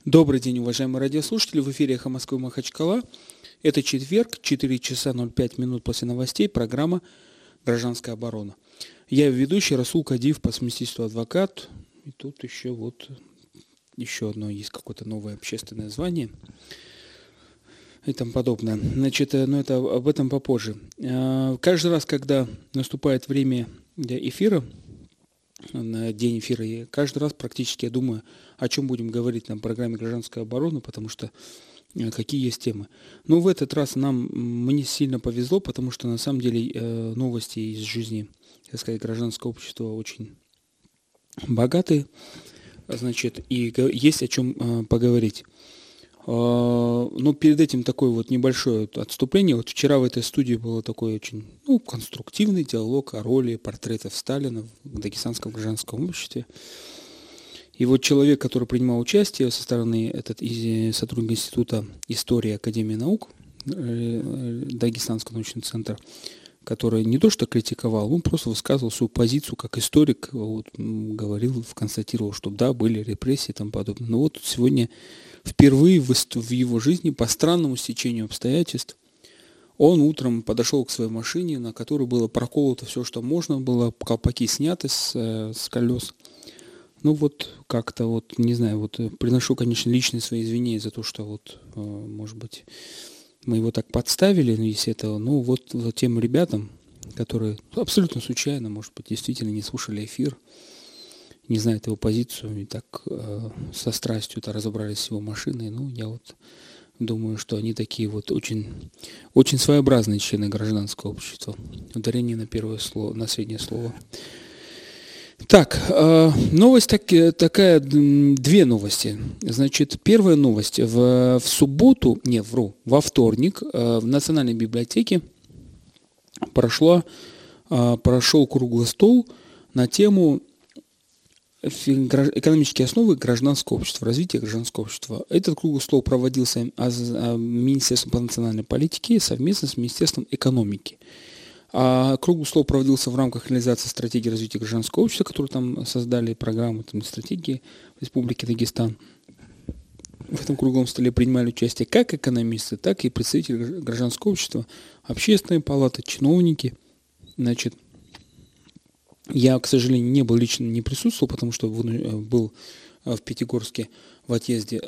Добрый день, уважаемые радиослушатели. В эфире «Эхо Москвы» Махачкала. Это четверг, 4 часа 05 минут после новостей, программа «Гражданская оборона». Я ведущий Расул Кадиев, по совместительству адвокат. И тут еще одно есть какое-то новое общественное звание и тому подобное. Но это об этом попозже. Каждый раз, когда наступает время эфира, на день эфира, и каждый раз практически я думаю, о чем будем говорить на программе «Гражданская оборона», потому что какие есть темы. Но в этот раз мне сильно повезло, потому что на самом деле новости из жизни, так сказать, гражданского общества очень богатые, и есть о чем поговорить. Но перед этим такое небольшое отступление. Вчера в этой студии был такой очень конструктивный диалог о роли портретов Сталина в дагестанском гражданском обществе. И человек, который принимал участие со стороны сотрудника Института истории Академии наук, Дагестанский научный центр, который не то что критиковал, он просто высказывал свою позицию как историк, говорил, констатировал, что да, были репрессии и тому подобное. Но сегодня впервые в его жизни, по странному стечению обстоятельств, он утром подошел к своей машине, на которой было проколото все, что можно было, колпаки сняты с колес. Не знаю, приношу, конечно, личные свои извинения за то, что может быть, мы его так подставили, тем ребятам, которые абсолютно случайно, может быть, действительно не слушали эфир, не знают его позицию, и так со страстью разобрались с его машиной. Я думаю, что они такие очень, очень своеобразные члены гражданского общества. Ударение на первое слово, на среднее слово. Так, новость такая, две новости. Первая новость. Во вторник в Национальной библиотеке прошел круглый стол на тему экономические основы гражданского общества, развития гражданского общества. Этот круглый стол проводился Министерством по национальной политике совместно с Министерством экономики. Круглый стол проводился в рамках реализации стратегии развития гражданского общества, которую там создали, программы стратегии Республики Дагестан. В этом круглом столе принимали участие как экономисты, так и представители гражданского общества, общественные палаты, чиновники. Я, к сожалению, не присутствовал, потому что был в Пятигорске в отъезде.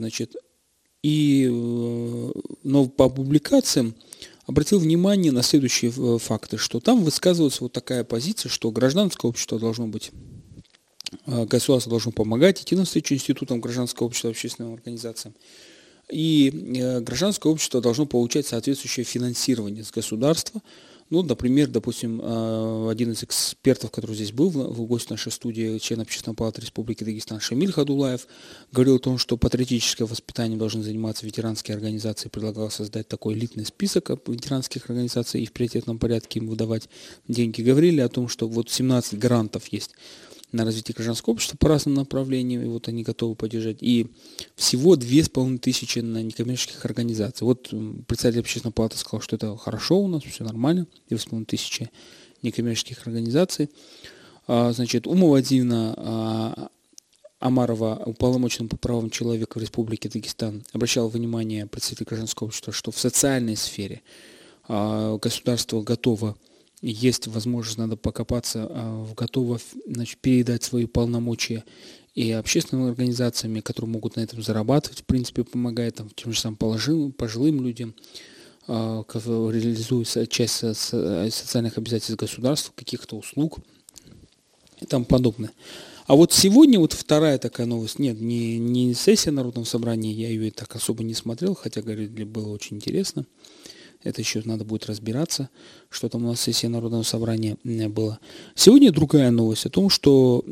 Но по публикациям обратил внимание на следующие факты, что там высказывается такая позиция, что гражданское общество должно быть, государство должно помогать, идти навстречу институтам гражданского общества, общественным организациям, и гражданское общество должно получать соответствующее финансирование с государства. Например, один из экспертов, который здесь был в гости нашей студии, член Общественной палаты Республики Дагестан Шамиль Хадулаев, говорил о том, что патриотическое воспитание должны заниматься ветеранские организации, предлагал создать такой элитный список ветеранских организаций и в приоритетном порядке им выдавать деньги. Говорили о том, что 17 грантов есть на развитие гражданского общества по разным направлениям, и они готовы поддержать, и всего 2500 на некоммерческих организаций. Председатель Общественной палаты сказал, что это хорошо у нас, все нормально, 2500 некоммерческих организаций. Ума Владимировна Амарова, уполномоченная по правам человека в Республике Дагестан, обращала внимание представителей гражданского общества, что в социальной сфере государство готово, есть возможность, надо покопаться, готово передать свои полномочия и общественным организациям, которые могут на этом зарабатывать, в принципе, помогает тем же самым пожилым людям, реализуя часть социальных обязательств государства, каких-то услуг и тому подобное. А сегодня вторая такая новость, не сессия Народного собрания, я ее так особо не смотрел, хотя, говорили, было очень интересно. Это еще надо будет разбираться, что там у нас сессия Народного собрания была. Сегодня другая новость о том, что,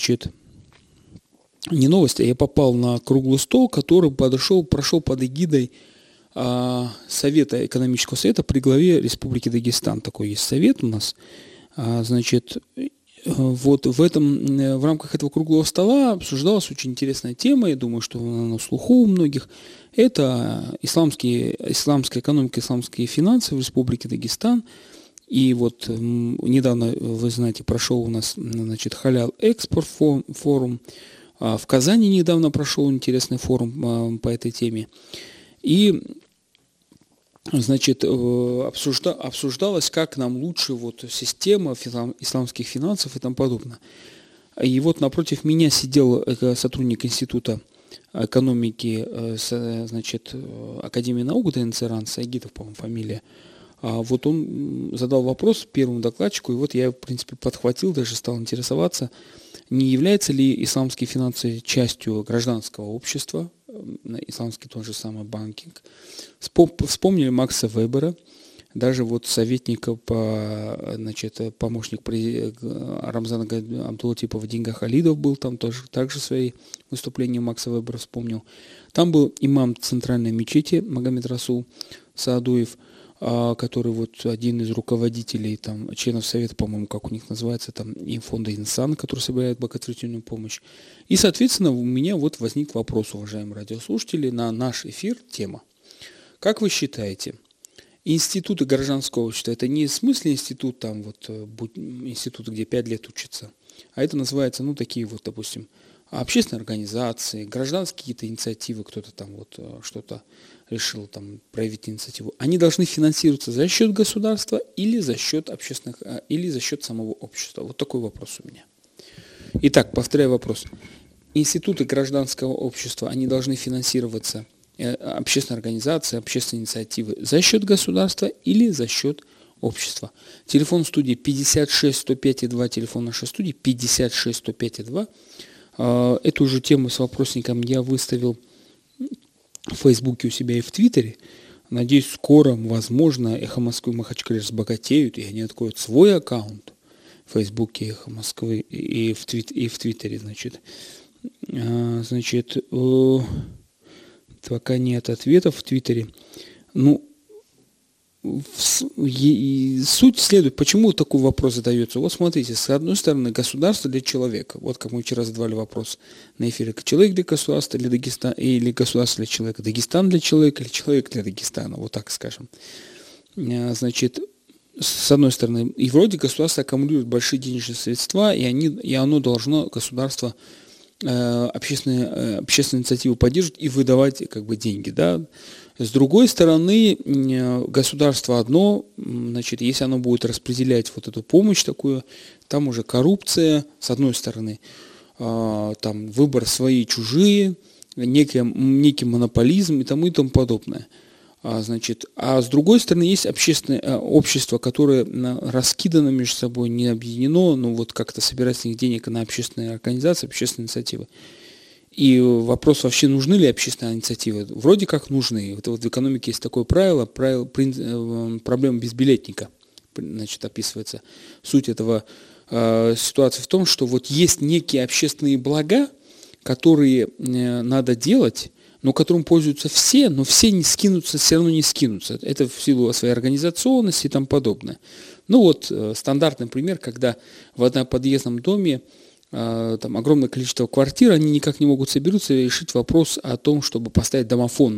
не новость, а я попал на круглый стол, который прошел под эгидой экономического совета при главе Республики Дагестан. Такой есть совет у нас. В рамках этого круглого стола обсуждалась очень интересная тема, я думаю, что она на слуху у многих. Это исламская экономика, исламские финансы в Республике Дагестан. И недавно, вы знаете, прошел у нас Халял Экспорт форум, В Казани недавно прошел интересный форум по этой теме. И, значит, обсуждалось, как нам лучше вот система исламских финансов и тому подобное. И вот напротив меня сидел сотрудник Института экономики, значит, Академии наук ДНЦ РАН, Сагитов, по-моему, фамилия. Вот он задал вопрос первому докладчику, и вот я, в принципе, подхватил, даже стал интересоваться, не являются ли исламские финансы частью гражданского общества, исламский тот же самый банкинг. Вспомнили Макса Вебера, даже вот советника помощник Рамзана Абдулатипова в деньгах Халидов был, там тоже также свои выступления Макса Вебера вспомнил. Там был имам центральной мечети Магомед Расул Саадуев, который вот один из руководителей, там, членов совета, по-моему, как у них называется, там, и фонда Инсан, который собирает благотворительную помощь. И, соответственно, у меня вот возник вопрос, уважаемые радиослушатели, на наш эфир тема. Как вы считаете, институты гражданского общества, это не в смысле институт, там, вот, институт, где 5 лет учатся, а это называется, ну, такие вот, допустим, общественные организации, гражданские какие-то инициативы, кто-то там вот что-то решил там проявить инициативу, они должны финансироваться за счет государства или за счет общественных, или за счет самого общества? Вот такой вопрос у меня. Итак, повторяю вопрос. Институты гражданского общества, они должны финансироваться, общественные организации, общественные инициативы, за счет государства или за счет общества? Телефон студии 56 105 2, телефон нашей студии 56 105 2. Эту же тему с вопросником я выставил в Фейсбуке у себя и в Твиттере. Надеюсь, скоро, возможно, «Эхо Москвы» и «Махачкала» разбогатеют, и они откроют свой аккаунт в Фейсбуке «Эхо Москвы» и в Твиттере, значит. Значит, пока нет ответов в Твиттере. Ну, суть следует, почему такой вопрос задается. Вот смотрите, с одной стороны, государство для человека. Вот как мы вчера задавали вопрос на эфире. Человек для государства или Дагестан, или государство для человека. Дагестан для человека или человек для Дагестана, вот так скажем. Значит, с одной стороны, и вроде государство аккумулирует большие денежные средства, и оно должно, государство, общественные инициативы поддерживать и выдавать как бы деньги, да. С другой стороны, государство одно, значит, если оно будет распределять вот эту помощь такую, там уже коррупция, с одной стороны, там выбор свои, чужие, некий монополизм и тому подобное. Значит, а с другой стороны, есть общественное общество, которое раскидано между собой, не объединено, но вот как-то собирать с них денег на общественные организации, общественные инициативы. И вопрос, вообще нужны ли общественные инициативы? Вроде как нужны. Вот в экономике есть такое правило проблема безбилетника, значит, описывается. Суть этого ситуации в том, что вот есть некие общественные блага, которые надо делать, но которым пользуются все, но все не скинутся, все равно не скинутся. Это в силу своей организационности и тому подобное. Ну вот стандартный пример, когда в одноподъездном доме там огромное количество квартир, они никак не могут соберутся и решить вопрос о том, чтобы поставить домофон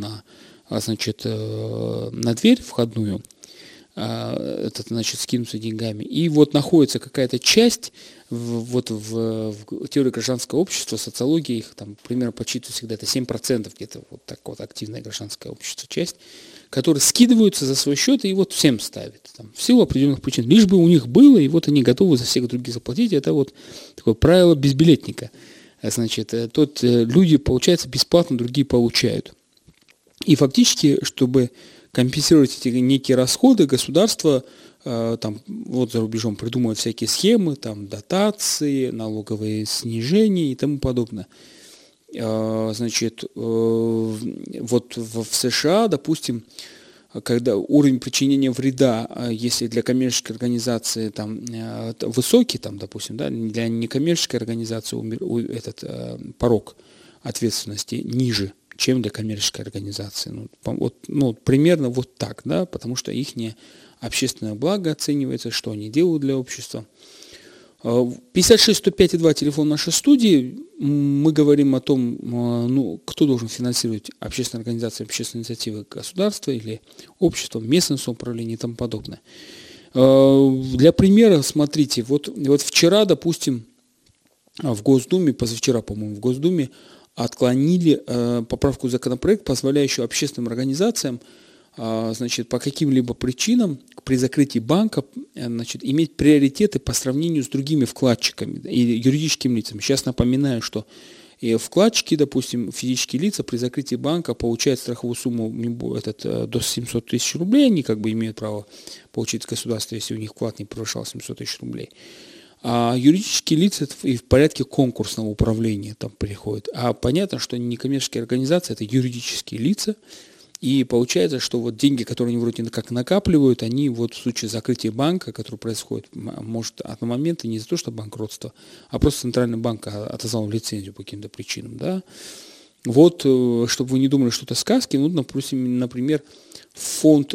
на дверь входную, значит, скинуться деньгами. И вот находится какая-то часть в теории гражданского общества, социологии, их там примерно подсчитывают всегда, это 7% где-то вот так вот активное гражданское общество, часть, которые скидываются за свой счет и вот всем ставят. Там, в силу определенных причин. Лишь бы у них было, и вот они готовы за всех других заплатить. Это вот такое правило безбилетника. Значит, тут люди, получается, бесплатно, другие получают. И фактически, чтобы компенсировать эти некие расходы, государство там, вот за рубежом придумывает всякие схемы, там, дотации, налоговые снижения и тому подобное. Значит, вот в США, допустим, когда уровень причинения вреда, если для коммерческой организации там высокий, там, допустим, да, для некоммерческой организации этот порог ответственности ниже, чем для коммерческой организации. Примерно вот так, да, потому что их общественное благо оценивается, что они делают для общества. 56 105 2, телефон нашей студии. Мы говорим о том, кто должен финансировать общественные организации, общественные инициативы государства или общества, местное самоуправление и тому подобное. Для примера, смотрите, вот вчера, допустим, в Госдуме, позавчера, по-моему, в Госдуме отклонили поправку в законопроект, позволяющую общественным организациям значит, по каким-либо причинам при закрытии банка значит, иметь приоритеты по сравнению с другими вкладчиками и юридическими лицами. Сейчас напоминаю, что и вкладчики, допустим, физические лица при закрытии банка получают страховую сумму до 700 тысяч рублей, они как бы имеют право получить от государства, если у них вклад не превышал 700 тысяч рублей. А юридические лица и в порядке конкурсного управления там приходят. А понятно, что некоммерческие организации – это юридические лица, и получается, что вот деньги, которые они вроде как накапливают, они вот в случае закрытия банка, который происходит, может, от момента не из-за того, что банкротство, а просто Центральный банк отозвал лицензию по каким-то причинам, да. Вот, чтобы вы не думали, что это сказки, ну, например, фонд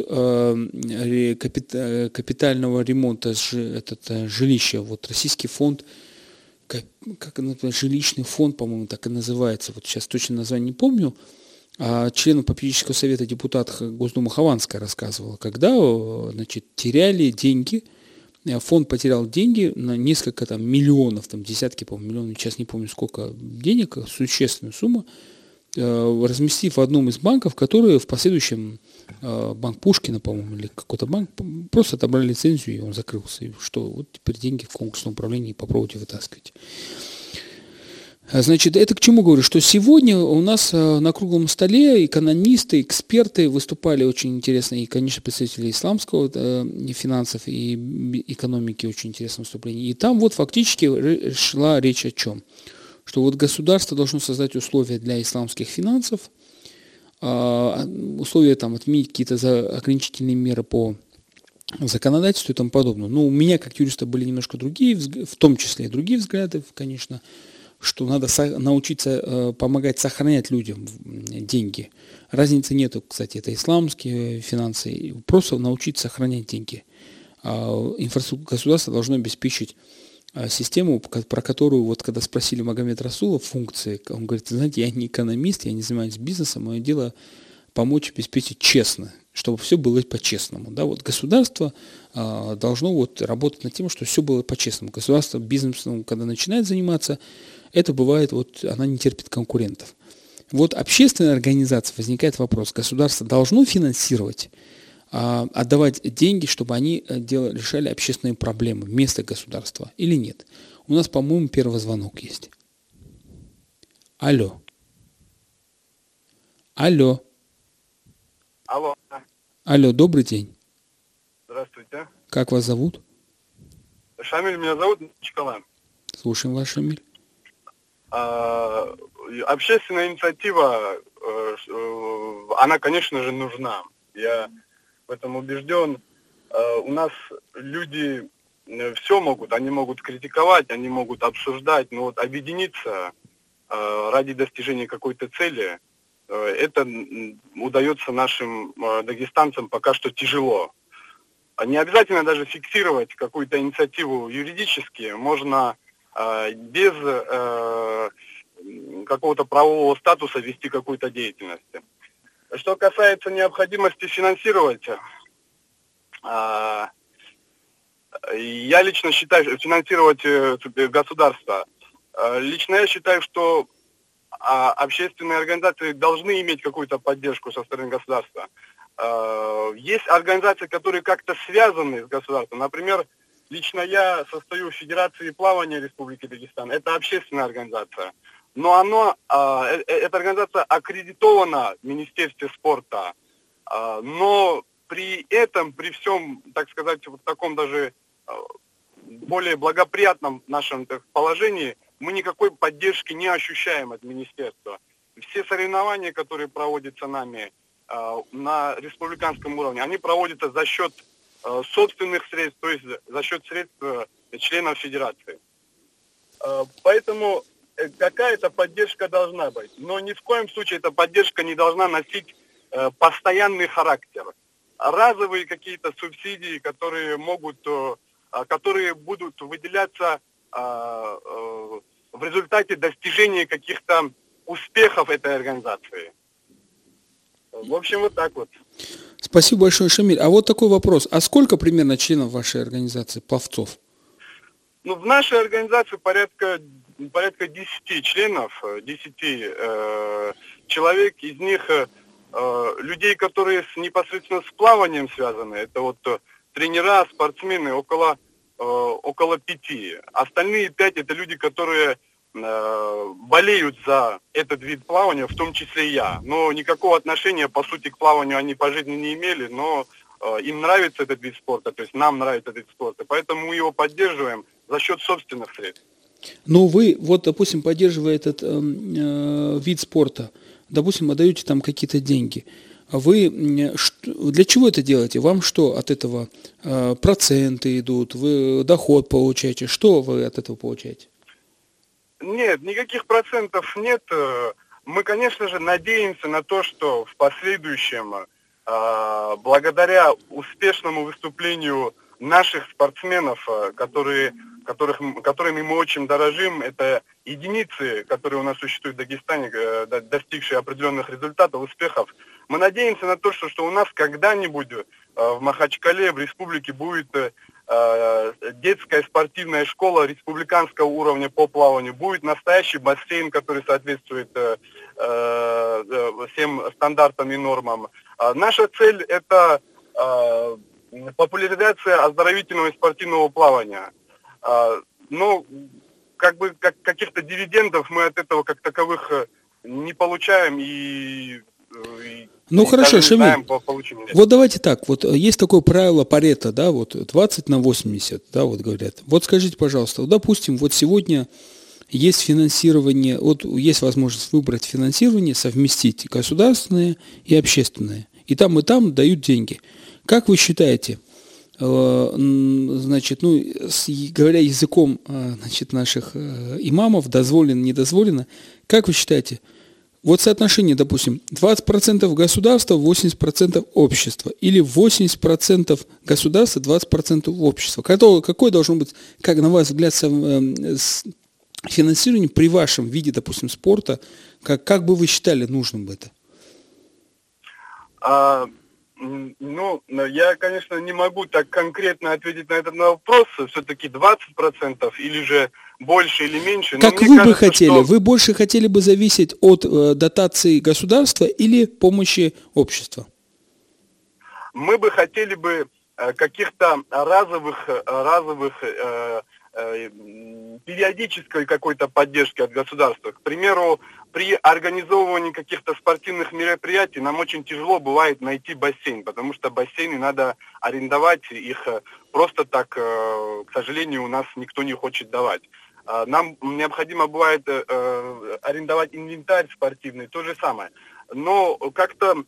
капитального ремонта жилища, вот российский фонд, как жилищный фонд, по-моему, так и называется, вот сейчас точно название не помню, члену попечительского совета депутата Госдумы Хованская рассказывала, когда, значит, теряли деньги, фонд потерял деньги на несколько там миллионов, там десятки, по-моему, миллионов, сейчас не помню сколько денег, существенную сумму, разместив в одном из банков, которые в последующем банк Пушкина, по-моему, или какой-то банк, просто отобрали лицензию, и он закрылся. И что, вот теперь деньги в конкурсном управлении попробуйте вытаскивать. Значит, это к чему говорю? Что сегодня у нас на круглом столе экономисты, эксперты выступали очень интересно, и, конечно, представители исламского финансов и экономики очень интересное выступление. И там вот фактически шла речь о чем? Что вот государство должно создать условия для исламских финансов, условия там отменить какие-то ограничительные меры по законодательству и тому подобное. Но у меня, как юриста, были немножко другие, в том числе и другие взгляды, конечно, что надо научиться помогать сохранять людям деньги. Разницы нету, кстати, это исламские финансы, просто научиться сохранять деньги. Инфраструктура государства должно обеспечить систему, про которую, вот когда спросили Магомед Расула функции, он говорит, знаете, я не экономист, я не занимаюсь бизнесом, мое дело помочь обеспечить честно, чтобы все было по-честному. Да? Вот государство должно вот работать над тем, чтобы все было по-честному. Государство бизнесом, когда начинает заниматься, это бывает, вот она не терпит конкурентов. Вот общественная организация, возникает вопрос, государство должно финансировать, отдавать деньги, чтобы они решали общественные проблемы вместо государства или нет? У нас, по-моему, первый звонок есть. Алло. Алло. Алло. Алло, добрый день. Здравствуйте. Как вас зовут? Шамиль меня зовут, Николай. Слушаем вас, Шамиль. Общественная инициатива, она, конечно же, нужна. Я в этом убежден. У нас люди все могут, они могут критиковать, они могут обсуждать, но вот объединиться ради достижения какой-то цели, это удается нашим дагестанцам пока что тяжело. Не обязательно даже фиксировать какую-то инициативу юридически, можно без какого-то правового статуса вести какую-то деятельность. Что касается необходимости финансировать, я лично считаю, финансировать государство, лично я считаю, что общественные организации должны иметь какую-то поддержку со стороны государства. Есть организации, которые как-то связаны с государством. Например, лично я состою в Федерации плавания Республики Дагестан. Это общественная организация. Но эта организация аккредитована в Министерстве спорта. Но при этом, при всем, так сказать, вот таком даже более благоприятном нашем положении, мы никакой поддержки не ощущаем от министерства. Все соревнования, которые проводятся нами на республиканском уровне, они проводятся за счет собственных средств, то есть за счет средств членов федерации. Поэтому какая-то поддержка должна быть. Но ни в коем случае эта поддержка не должна носить постоянный характер. Разовые какие-то субсидии, которые будут выделяться в результате достижения каких-то успехов этой организации. В общем, вот так вот. Спасибо большое, Шамиль. А вот такой вопрос. А сколько примерно членов вашей организации, пловцов? Ну, в нашей организации порядка порядка 10 членов, 10 человек, из них людей, которые непосредственно с плаванием связаны, это вот тренера, спортсмены, около 5. Остальные 5 это люди, которые болеют за этот вид плавания, в том числе и я. Но никакого отношения, по сути, к плаванию они по жизни не имели, но им нравится этот вид спорта, то есть нам нравится этот вид спорта, поэтому мы его поддерживаем за счет собственных средств. Но вы, вот, допустим, поддерживая этот вид спорта, допустим, отдаете там какие-то деньги, вы для чего это делаете? Вам что от этого? Проценты идут, вы доход получаете, что вы от этого получаете? Нет, никаких процентов нет. Мы, конечно же, надеемся на то, что в последующем, благодаря успешному выступлению наших спортсменов, которыми мы очень дорожим, это единицы, которые у нас существуют в Дагестане, достигшие определенных результатов, успехов. Мы надеемся на то, что у нас когда-нибудь в Махачкале, в республике, будет детская спортивная школа республиканского уровня по плаванию, будет настоящий бассейн, который соответствует всем стандартам и нормам. Наша цель – это популяризация оздоровительного и спортивного плавания. Но каких-то дивидендов мы от этого как таковых не получаем ну хорошо, Шамиль, вот давайте так, вот есть такое правило Парето, да, вот 20/80, да, вот говорят. Вот скажите, пожалуйста, вот, допустим, вот сегодня есть финансирование, вот есть возможность выбрать финансирование, совместить государственное и общественное, и там дают деньги. Как вы считаете, значит, говоря языком, значит, наших имамов, дозволено, не дозволено, как вы считаете, вот соотношение, допустим, 20% государства, 80% общества, или 80% государства, 20% общества. Какое должно быть, как на ваш взгляд, финансирование при вашем виде, допустим, спорта, как бы вы считали нужным бы это? Я, конечно, не могу так конкретно ответить на этот вопрос. Все-таки 20% или же больше или меньше. Как вы бы хотели? Вы больше хотели бы зависеть от дотации государства или помощи общества? Мы бы хотели бы каких-то разовых периодической какой-то поддержки от государства. К примеру, при организовывании каких-то спортивных мероприятий нам очень тяжело бывает найти бассейн, потому что бассейны надо арендовать, их просто так, к сожалению, у нас никто не хочет давать. Нам необходимо бывает арендовать инвентарь спортивный, то же самое. Но как-то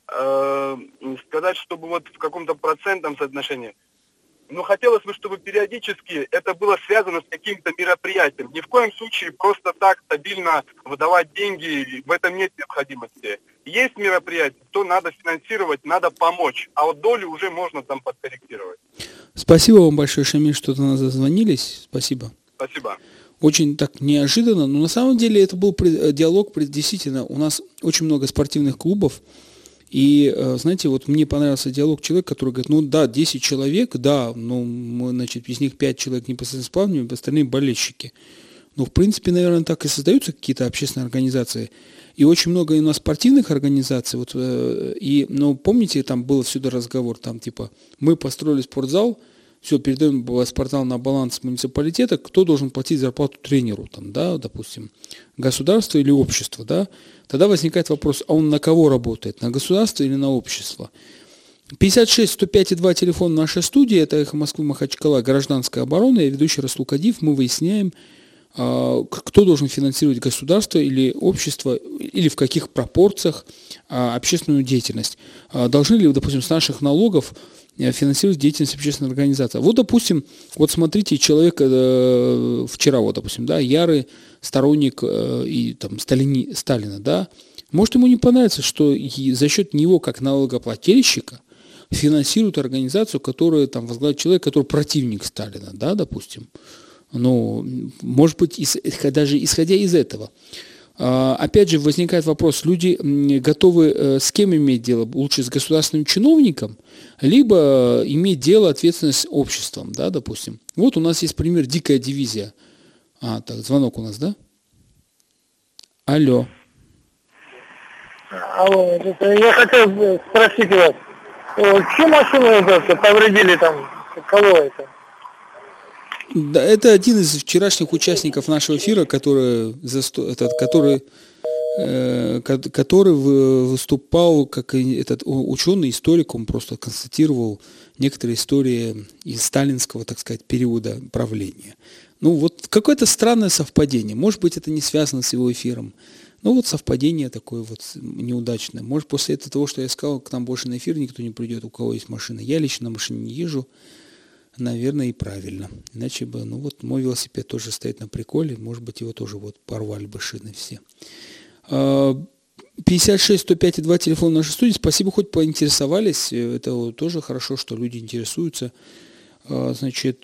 сказать, чтобы вот в каком-то процентном соотношении, хотелось бы, чтобы периодически это было связано с каким-то мероприятием. Ни в коем случае просто так стабильно выдавать деньги, в этом нет необходимости. Есть мероприятие, то надо финансировать, надо помочь, а вот долю уже можно там подкорректировать. Спасибо вам большое, Шамиль, что до нас дозвонились. Спасибо. Спасибо. Очень так неожиданно, но на самом деле это был диалог, действительно, у нас очень много спортивных клубов. И, знаете, вот мне понравился диалог человека, который говорит, 10 человек, мы, значит, из них 5 человек непосредственно с плаванием, остальные болельщики. В принципе, наверное, так и создаются какие-то общественные организации. И очень много у нас спортивных организаций. Помните, там был всюду разговор, мы построили спортзал, все, передаем спортзал на баланс муниципалитета, кто должен платить зарплату тренеру, допустим, государство или общество, да? Тогда возникает вопрос, а он на кого работает, на государство или на общество? 56-105-2 телефон нашей студии, это «Эхо Москвы», Махачкала, гражданская оборона, я ведущий Расул Кадиев, мы выясняем, кто должен финансировать государство или общество, или в каких пропорциях общественную деятельность. Должны ли, допустим, с наших налогов финансировать деятельность общественной организации. Вот, допустим, смотрите, человек вчера, ярый сторонник Сталина, да, может, ему не понравится, что за счет него, как налогоплательщика, финансируют организацию, которая возглавляет человек, который противник Сталина, да, допустим. Может быть, даже исходя из этого. Опять же, возникает вопрос, люди готовы с кем иметь дело? Лучше с государственным чиновником, либо иметь дело, ответственность с обществом, да, допустим. Вот у нас есть пример «Дикая дивизия». Так, звонок у нас, да? Алло. Алло, я хотел спросить вас, чью машину это повредили там, кого это? Да, это один из вчерашних участников нашего эфира, который выступал как этот ученый, историк, он просто констатировал некоторые истории из сталинского, так сказать, периода правления. Ну вот какое-то странное совпадение. Может быть, это не связано с его эфиром. Ну вот совпадение такое вот неудачное. Может, после того, что я сказал, к нам больше на эфир никто не придет, у кого есть машина. Я лично на машине не езжу. Наверное, и правильно. Иначе бы, ну вот мой велосипед тоже стоит на приколе, может быть, его тоже вот порвали бы шины все. 56 105 2 телефон нашей студии. Спасибо, хоть поинтересовались. Это тоже хорошо, что люди интересуются. Значит,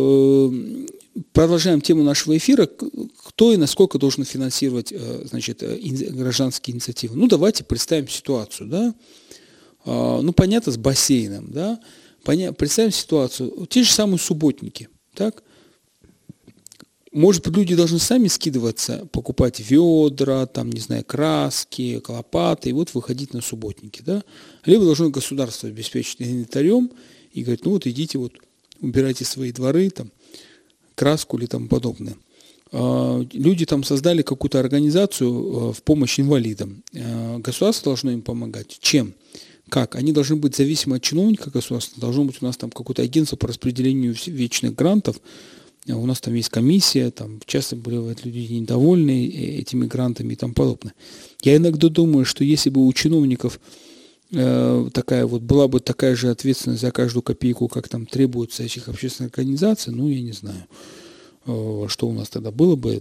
продолжаем тему нашего эфира. Кто и насколько должен финансировать, значит, гражданские инициативы? Ну, давайте представим ситуацию, да? Ну, понятно, с бассейном, да? Представим ситуацию. Те же самые субботники, так? Может быть, люди должны сами скидываться, покупать ведра, там, не знаю, краски, лопаты, и вот выходить на субботники, да? Либо должно государство обеспечить инвентарем и говорить, ну вот идите, вот убирайте свои дворы, там, краску или тому подобное. Люди там создали какую-то организацию в помощь инвалидам. Государство должно им помогать. Чем? Как? Они должны быть зависимы от чиновника государства. Должно быть у нас там какое-то агентство по распределению вечных грантов. У нас там есть комиссия, там часто бывают люди недовольны этими грантами и тому подобное. Я иногда думаю, что если бы у чиновников такая вот была бы такая же ответственность за каждую копейку, как там требуется этих общественных организаций, ну, я не знаю, что у нас тогда было бы,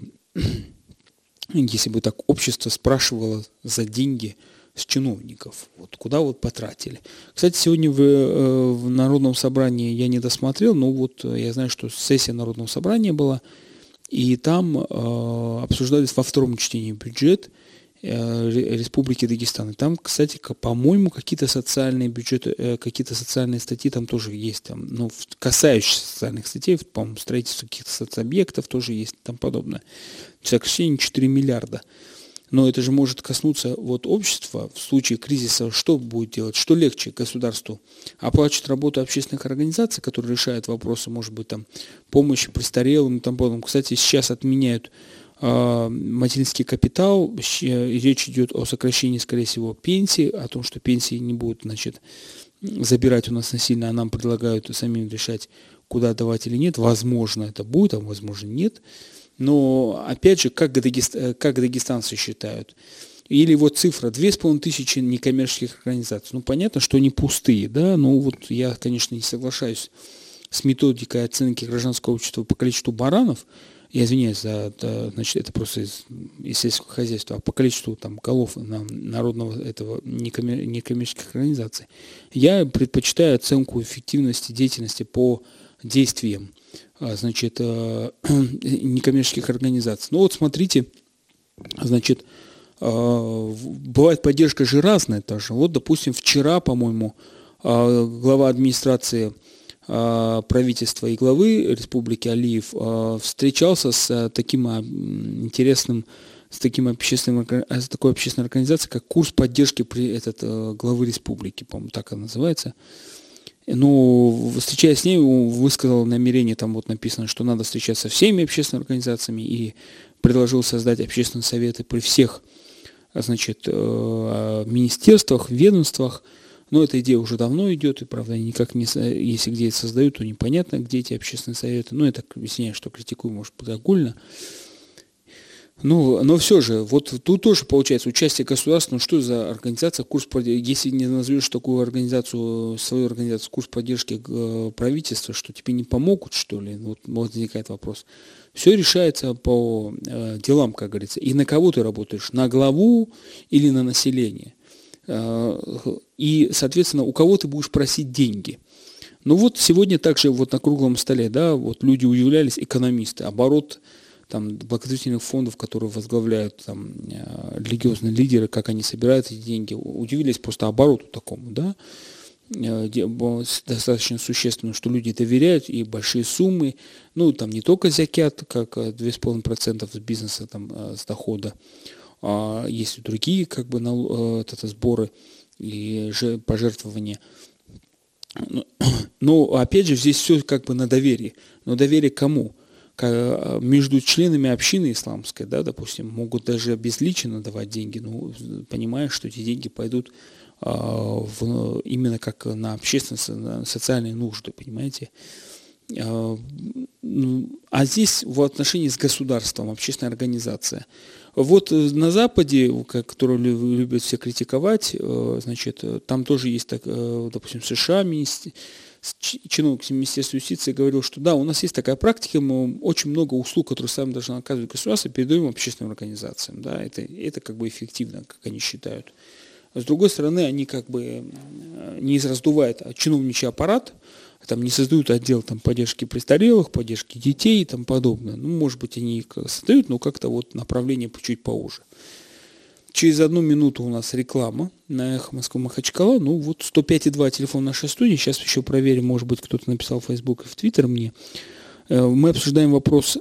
если бы так общество спрашивало за деньги с чиновников, вот куда вот потратили. Кстати, сегодня в Народном собрании я не досмотрел, но вот я знаю, что сессия Народного собрания была, и там обсуждались во втором чтении бюджет Республики Дагестан. И там, кстати, по-моему, какие-то социальные бюджеты, какие-то социальные статьи там тоже есть, там, ну, касающиеся социальных статей, по-моему, строительство каких-то соцобъектов тоже есть и тому подобное. Сокращение 4 миллиарда. Но это же может коснуться вот общества в случае кризиса. Что будет делать? Что легче государству? Оплачивать работу общественных организаций, которые решают вопросы, может быть, там, помощи престарелым и тому подобное. Кстати, сейчас отменяют материнский капитал. Речь идет о сокращении, скорее всего, пенсии, о том, что пенсии не будут, значит, забирать у нас насильно, а нам предлагают самим решать, куда давать или нет. Возможно, это будет, а возможно, нет. Но, опять же, как дагестанцы считают, или вот цифра 2500 некоммерческих организаций. Ну, понятно, что они пустые, да, но вот я, конечно, не соглашаюсь с методикой оценки гражданского общества по количеству баранов. Я извиняюсь за это, значит, это просто из сельского хозяйства, а по количеству там голов народного этого некоммерческих организаций. Я предпочитаю оценку эффективности деятельности по действиям, значит, некоммерческих организаций. Ну вот смотрите, значит, бывает поддержка же разная тоже. Вот, допустим, вчера, по-моему, глава администрации правительства и главы республики Алиев встречался с таким интересным, с такой общественной организацией, как курс поддержки главы республики, по-моему, так она называется. Ну, встречаясь с ней, высказал намерение, там вот написано, что надо встречаться со всеми общественными организациями, и предложил создать общественные советы при всех, значит, министерствах, ведомствах. Но эта идея уже давно идет, и, правда, никак не, если где это создают, то непонятно, где эти общественные советы. Ну, я так объясняю, что критикую, может, подогульно. Ну, но все же, вот тут тоже получается участие государства, ну что за организация, курс поддержки, если не назовешь такую организацию, свою организацию, курс поддержки правительства, что тебе не помогут, что ли, вот возникает вопрос. Все решается по делам, как говорится. И на кого ты работаешь, на главу или на население? И, соответственно, у кого ты будешь просить деньги? Ну вот сегодня также вот на круглом столе, да, вот люди удивлялись, экономисты, оборот там благотворительных фондов, которые возглавляют там религиозные лидеры, как они собирают эти деньги, удивились просто обороту такому, да. достаточно существенно, что люди доверяют, и большие суммы, ну, там не только закят, как 2,5% с бизнеса, там, с дохода, а есть и другие, как бы, сборы и пожертвования. Но, опять же, здесь все как бы на доверии. Но доверие к кому? Между членами общины исламской, да, допустим, могут даже обезличенно давать деньги, но понимая, что эти деньги пойдут именно как на общественные, на социальные нужды, понимаете? А здесь в отношении с государством, общественная организация. Вот на Западе, который любят все критиковать, значит, там тоже есть, допустим, в США чиновник Министерства юстиции говорил, что да, у нас есть такая практика, мы очень много услуг, которые сами должны оказывать государство, передаем общественным организациям. Да, это как бы эффективно, как они считают. С другой стороны, они как бы не раздувают чиновничий аппарат, там не создают отдел там, поддержки престарелых, поддержки детей и тому подобное. Ну, может быть, они их создают, но как-то вот направление чуть поуже. Через 1 минуту у нас реклама на Эхо Москвы Махачкала. Ну вот 105,2 телефон нашей студии. Сейчас еще проверим, может быть, кто-то написал в Facebook и в Twitter мне. Мы обсуждаем вопрос,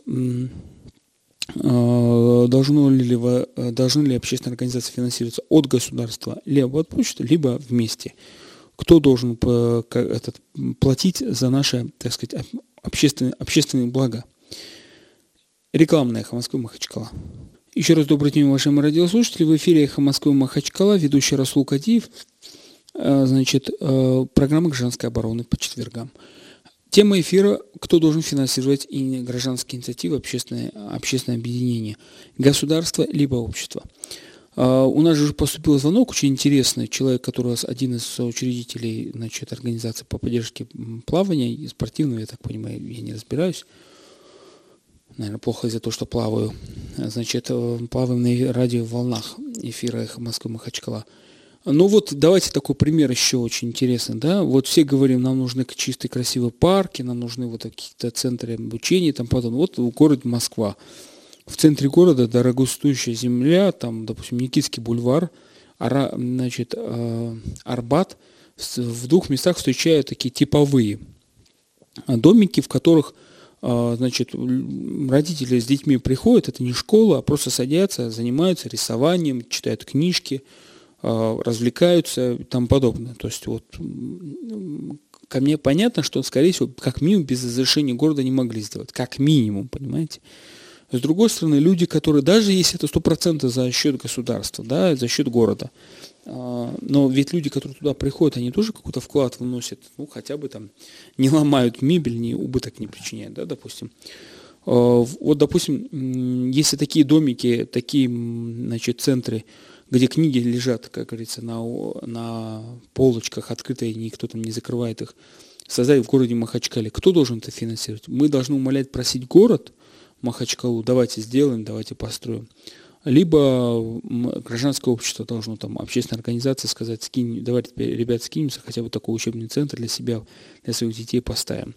должны ли общественные организации финансироваться от государства, либо от почты, либо вместе. Кто должен платить за наши, так сказать, общественные блага? Рекламная Эхо Москвы Махачкала. Еще раз добрый день, уважаемые радиослушатели. В эфире Эхо Москвы Махачкала, ведущий Расул Кадиев. Значит, программа «Гражданская оборона» по четвергам. Тема эфира: кто должен финансировать гражданские инициативы, общественное объединение, государство либо общество. У нас же поступил звонок очень интересный. Человек, который один из соучредителей, значит, организации по поддержке плавания и спортивного, я так понимаю, я не разбираюсь. Наверное, плохо из-за того, что плаваю. Значит, плаваем на радиоволнах эфира Эхо Москвы Махачкала. Ну вот, давайте такой пример еще очень интересный, да. Вот все говорим, нам нужны чистые красивые парки, нам нужны вот какие-то центры обучения и там потом. Вот город Москва. В центре города дорогостоящая земля, там, допустим, Никитский бульвар, значит, Арбат. В 2 местах встречают такие типовые домики, в которых, значит, родители с детьми приходят, это не школа, а просто садятся, занимаются рисованием, читают книжки, развлекаются и тому подобное. То есть вот ко мне понятно, что, скорее всего, как минимум без разрешения города не могли сделать. Как минимум, понимаете? С другой стороны, люди, которые, даже если это 100% за счет государства, да, за счет города, но ведь люди, которые туда приходят, они тоже какой-то вклад вносят, ну, хотя бы там не ломают мебель, ни убыток не причиняют, да, допустим. Вот, допустим, если такие домики, такие, значит, центры, где книги лежат, как говорится, на полочках открытые, никто там не закрывает их, создать в городе Махачкале, кто должен это финансировать? Мы должны умолять, просить город Махачкалу, давайте сделаем, давайте построим. Либо гражданское общество должно, там, общественная организация сказать, давайте, ребят, скинемся, хотя бы такой учебный центр для себя, для своих детей поставим.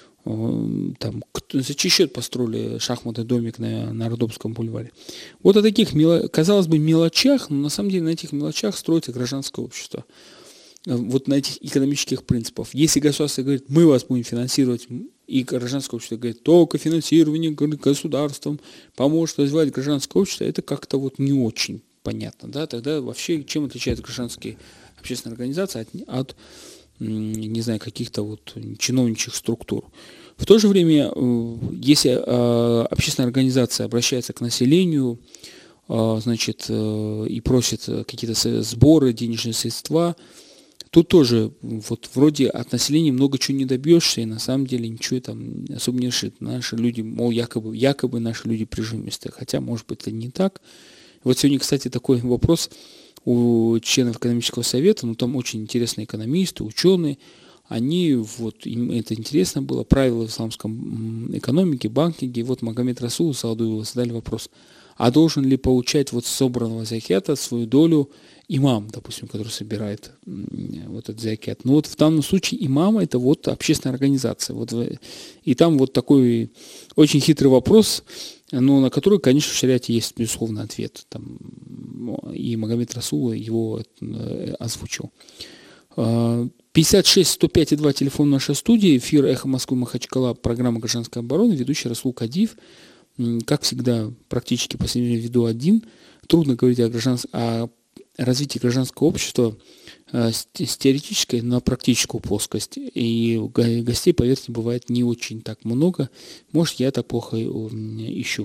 Там, за чей счет построили шахматный домик на Родопском бульваре. Вот о таких, казалось бы, мелочах, но на самом деле на этих мелочах строится гражданское общество. Вот на этих экономических принципах. Если государство говорит, мы вас будем финансировать, и гражданское общество говорит, только финансирование государством поможет развивать гражданское общество, это как-то вот не очень понятно. Да? Тогда вообще чем отличаются гражданские общественные организации от не знаю, каких-то вот чиновничьих структур. В то же время, если общественная организация обращается к населению, значит, и просит какие-то сборы, денежные средства, тут тоже вот вроде от населения много чего не добьешься, и на самом деле ничего там особо не решит. Наши люди, мол, якобы наши люди прижимистые, хотя, может быть, это не так. Вот сегодня, кстати, такой вопрос у членов экономического совета, ну там очень интересные экономисты, ученые, они, вот им это интересно было, правила в исламском экономике, банкинге, вот Магомед Расул Саадуеву задали вопрос, а должен ли получать вот собранного закята свою долю имам, допустим, который собирает вот этот закят. Ну вот в данном случае имам это вот общественная организация. Вот, и там вот такой очень хитрый вопрос, но на который, конечно, в шариате есть, безусловно, ответ. Там, и Магомед Расул его озвучил. 56-105,2 телефон нашей студии, эфир «Эхо Москвы» Махачкала, программа «Гражданская оборона», ведущий Расул Кадиев. Как всегда, практически в последнее время веду один. Трудно говорить о развитии гражданского общества с теоретической на практическую плоскость. И гостей, поверьте, бывает не очень так много. Может, я так плохо ищу.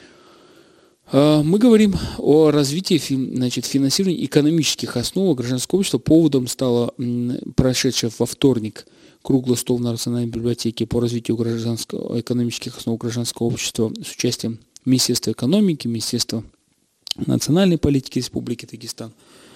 Мы говорим о развитии финансирования экономических основ гражданского общества. Поводом стало прошедшее во вторник круглый стол в Национальной библиотеке по развитию экономических основ гражданского общества с участием Министерства экономики, Министерства национальной политики Республики Дагестан.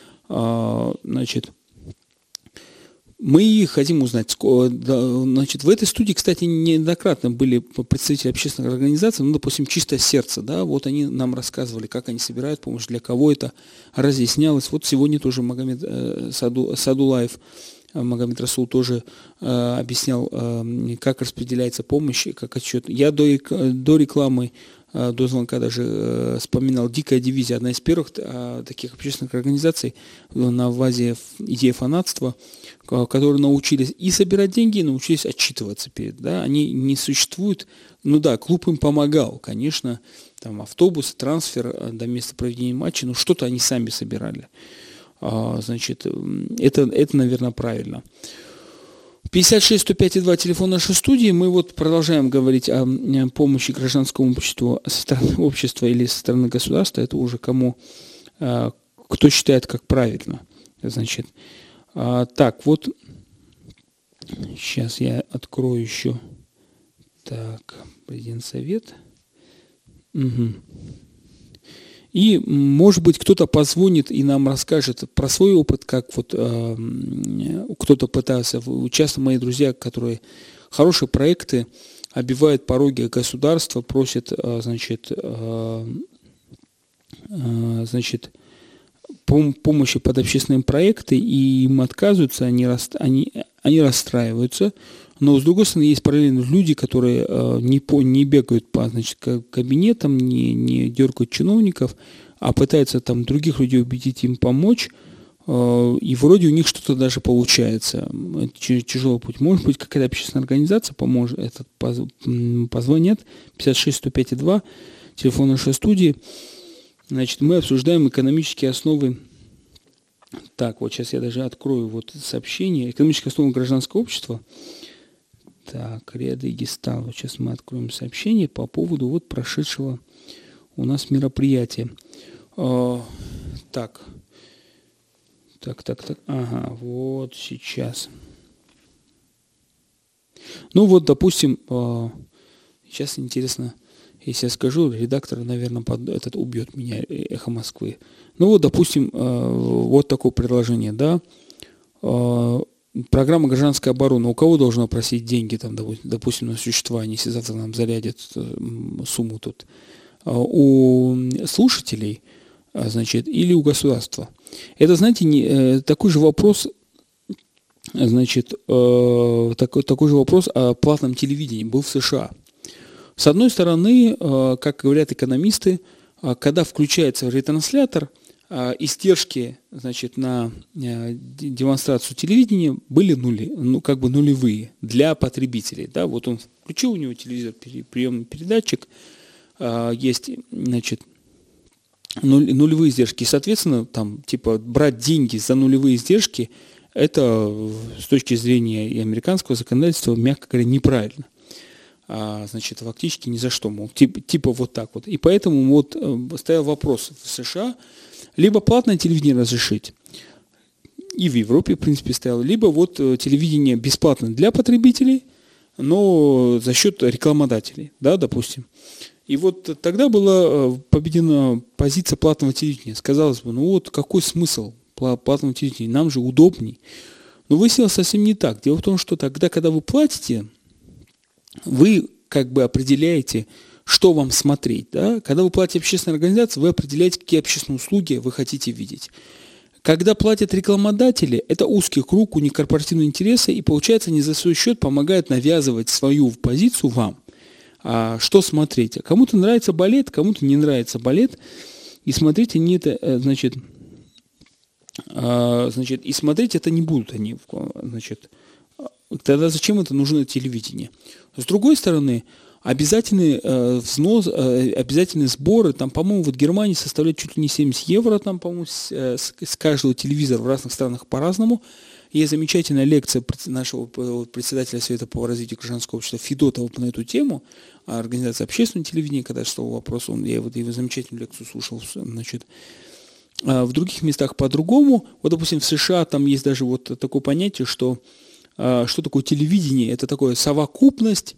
Мы хотим узнать, в этой студии, кстати, неоднократно были представители общественных организаций, допустим, «Чистое сердце», да, вот они нам рассказывали, как они собирают помощь, для кого это разъяснялось. Вот сегодня тоже Магомед Садулаев, Магомед Расул тоже объяснял, как распределяется помощь, как отчет. Я до рекламы, до звонка даже вспоминал «Дикая дивизия», одна из первых таких общественных организаций на базе идеи фанатства, которые научились и собирать деньги, и научились отчитываться перед. Да? Они не существуют. Клуб им помогал, конечно, там автобус, трансфер до места проведения матча, но что-то они сами собирали. Это, наверное, правильно. 56-105,2 телефон нашей студии. Мы вот продолжаем говорить о помощи гражданскому обществу со стороны общества или со стороны государства. Это уже кто считает как правильно. Так, вот сейчас я открою еще. Так, президент-совет. Угу. И, может быть, кто-то позвонит и нам расскажет про свой опыт, как кто-то пытался участвовать. Мои друзья, которые хорошие проекты, обивают пороги государства, просят, помощи под общественные проекты, и им отказываются, они расстраиваются. Но, с другой стороны, есть параллельно люди, которые не бегают по кабинетам, не дергают чиновников, а пытаются там других людей убедить им помочь, и вроде у них что-то даже получается. Это тяжелый путь. Может быть, какая-то общественная организация поможет, позвонят, 56-105,2, телефон нашей студии. Мы обсуждаем экономические основы. Так, вот сейчас я даже открою сообщение. Экономические основы гражданского общества. Так, Риа Дагестан. Вот сейчас мы откроем сообщение по поводу прошедшего у нас мероприятия. Так. Ага, вот сейчас. Допустим, сейчас интересно, если я скажу, редактор, наверное, убьет меня, «Эхо Москвы». Допустим, вот такое предложение, да. Программа «Гражданская оборона». У кого должна просить деньги, допустим, на существование, если завтра нам зарядят сумму тут? У слушателей, или у государства? Это, такой же вопрос, такой же вопрос о платном телевидении был в США. С одной стороны, как говорят экономисты, когда включается ретранслятор, издержки, на демонстрацию телевидения были нулевые для потребителей. Да? Вот он включил, у него телевизор, приемный передатчик, есть, нулевые издержки. И, соответственно, брать деньги за нулевые издержки, это с точки зрения и американского законодательства, мягко говоря, неправильно. Фактически ни за что, вот так вот. И поэтому стоял вопрос в США, либо платное телевидение разрешить, и в Европе, в принципе, стоял, либо телевидение бесплатно для потребителей, но за счет рекламодателей, да, допустим. И тогда была победена позиция платного телевидения. Казалось бы, какой смысл платного телевидения, нам же удобней. Но выяснилось совсем не так. Дело в том, что тогда, когда вы платите, вы определяете, что вам смотреть. Да? Когда вы платите общественной организации, вы определяете, какие общественные услуги вы хотите видеть. Когда платят рекламодатели, это узкий круг, у них корпоративные интересы, и, получается, они за свой счет помогают навязывать свою позицию вам. Что смотреть? Кому-то нравится балет, кому-то не нравится балет. И смотреть они это, Значит, и смотреть это не будут они. Значит, тогда зачем это нужно телевидение? С другой стороны, обязательный взнос, обязательные сборы, там, по-моему, вот Германия составляет чуть ли не 70 евро, там, по-моему, с каждого телевизора в разных странах по-разному. Есть замечательная лекция нашего председателя Совета по развитию гражданского общества Федотова на эту тему, организация общественного телевидения, когда шел вопрос, я вот его замечательную лекцию слушал, значит, в других местах по-другому. Вот, допустим, в США там есть даже вот такое понятие, что такое телевидение, это такое совокупность